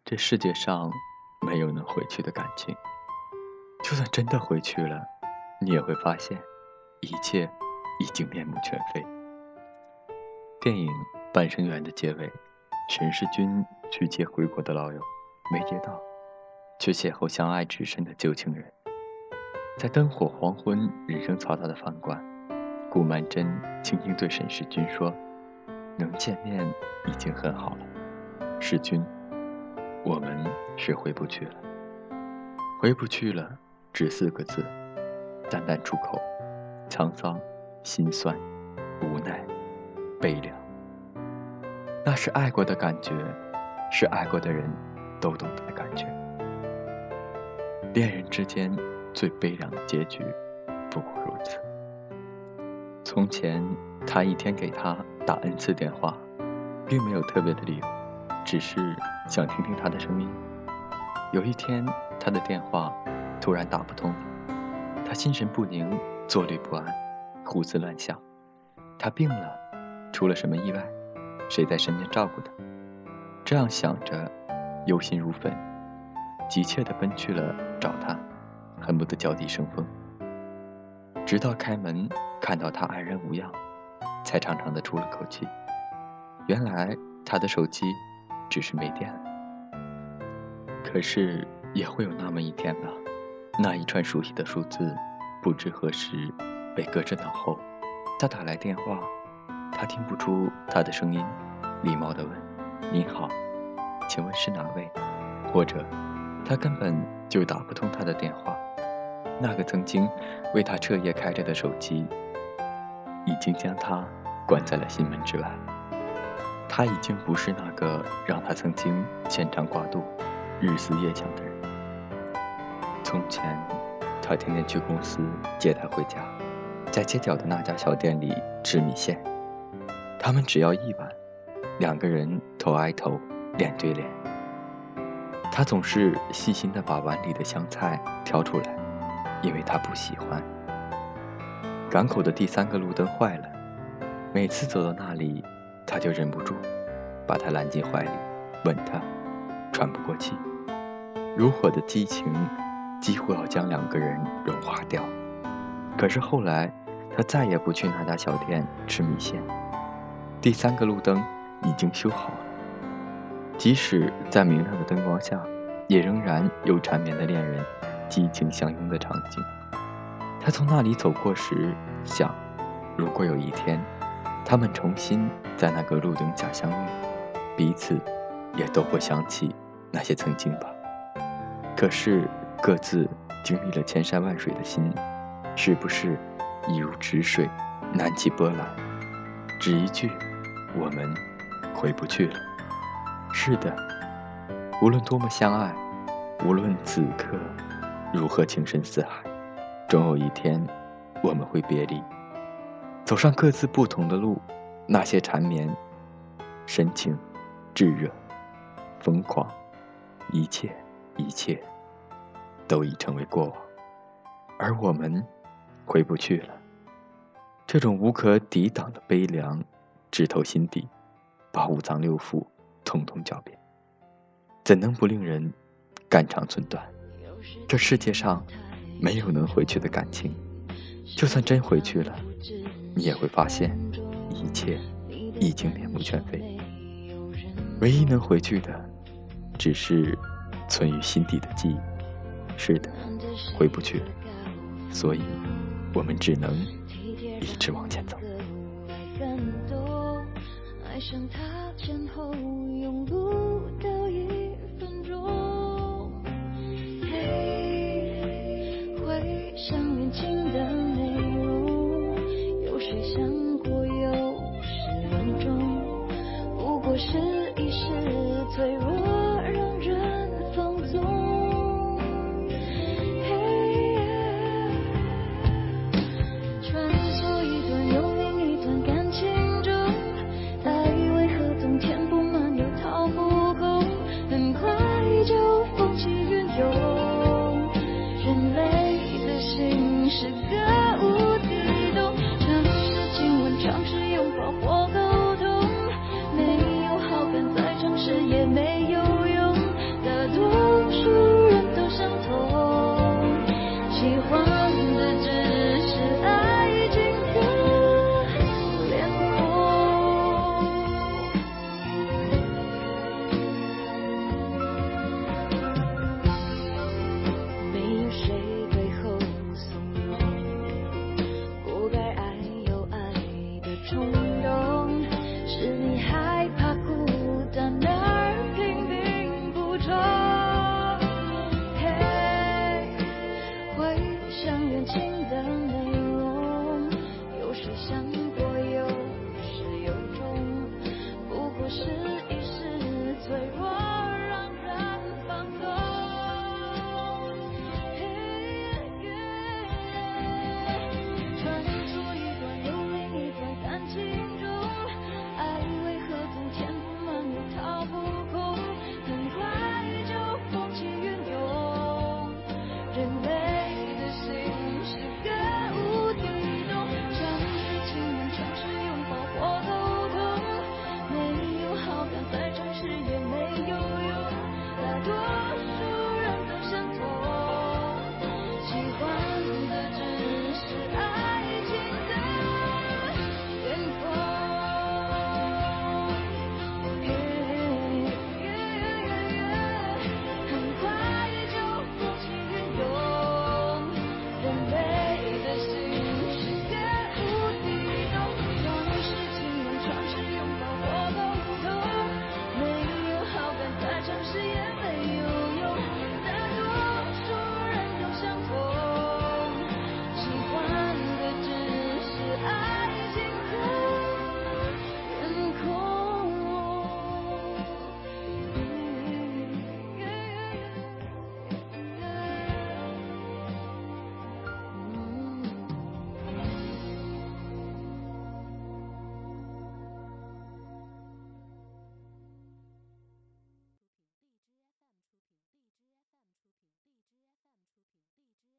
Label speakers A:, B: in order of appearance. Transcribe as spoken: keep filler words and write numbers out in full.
A: 这世界上没有能回去的感情，就算真的回去了，你也会发现，一切已经面目全非。电影《半生缘》的结尾，沈世钧去接回国的老友，没接到，却邂逅相爱至深的旧情人。在灯火黄昏、人声嘈杂的饭馆，顾曼桢轻轻对沈世钧说：“能见面已经很好了，世钧，我们是回不去了。回不去了，只四个字，淡淡出口，沧桑、心酸、无奈、悲凉。那是爱过的感觉，是爱过的人都懂得的感觉。恋人之间最悲凉的结局，不过如此。从前，他一天给他打 N 次电话，并没有特别的理由，只是想听听他的声音。有一天，他的电话突然打不通了，他心神不宁，坐立不安，胡思乱想。他病了，出了什么意外？谁在身边照顾他？这样想着，忧心如焚，急切地奔去了找他，恨不得脚底生风。直到开门看到他安然无恙，才长长的出了口气。原来他的手机只是没电了。可是也会有那么一天吧，那一串熟悉的数字不知何时被搁置脑后，他打来电话，他听不出他的声音，礼貌地问：“您好，请问是哪位？”或者他根本就打不通他的电话。那个曾经为他彻夜开着的手机，已经将他关在了心门之外。他已经不是那个让他曾经牵肠挂肚、日思夜想的人。从前，他天天去公司接他回家，在街角的那家小店里吃米线。他们只要一碗，两个人头挨头，脸对脸。他总是细心地把碗里的香菜挑出来，因为他不喜欢。港口的第三个路灯坏了，每次走到那里，他就忍不住把他揽进怀里，吻他，喘不过气。如火的激情几乎要将两个人融化掉。可是后来，他再也不去那家小店吃米线。第三个路灯已经修好了，即使在明亮的灯光下，也仍然有缠绵的恋人激情相拥的场景。他从那里走过时想，如果有一天他们重新在那个路灯下相遇，彼此也都会想起那些曾经吧。可是各自经历了千山万水的心，是不是一如止水，难起波澜？只一句，我们回不去了。是的，无论多么相爱，无论此刻如何情深似海，终有一天我们会别离，走上各自不同的路。那些缠绵、深情、炙热、疯狂，一切一切都已成为过往，而我们回不去了。这种无可抵挡的悲凉直透心底，把五脏六腑统统狡辩，怎能不令人肝肠寸断？这世界上没有能回去的感情，就算真回去了，你也会发现一切已经面目全非。唯一能回去的，只是存于心底的记忆。是的，回不去了，所以我们只能一直往前走。
B: 爱上他前后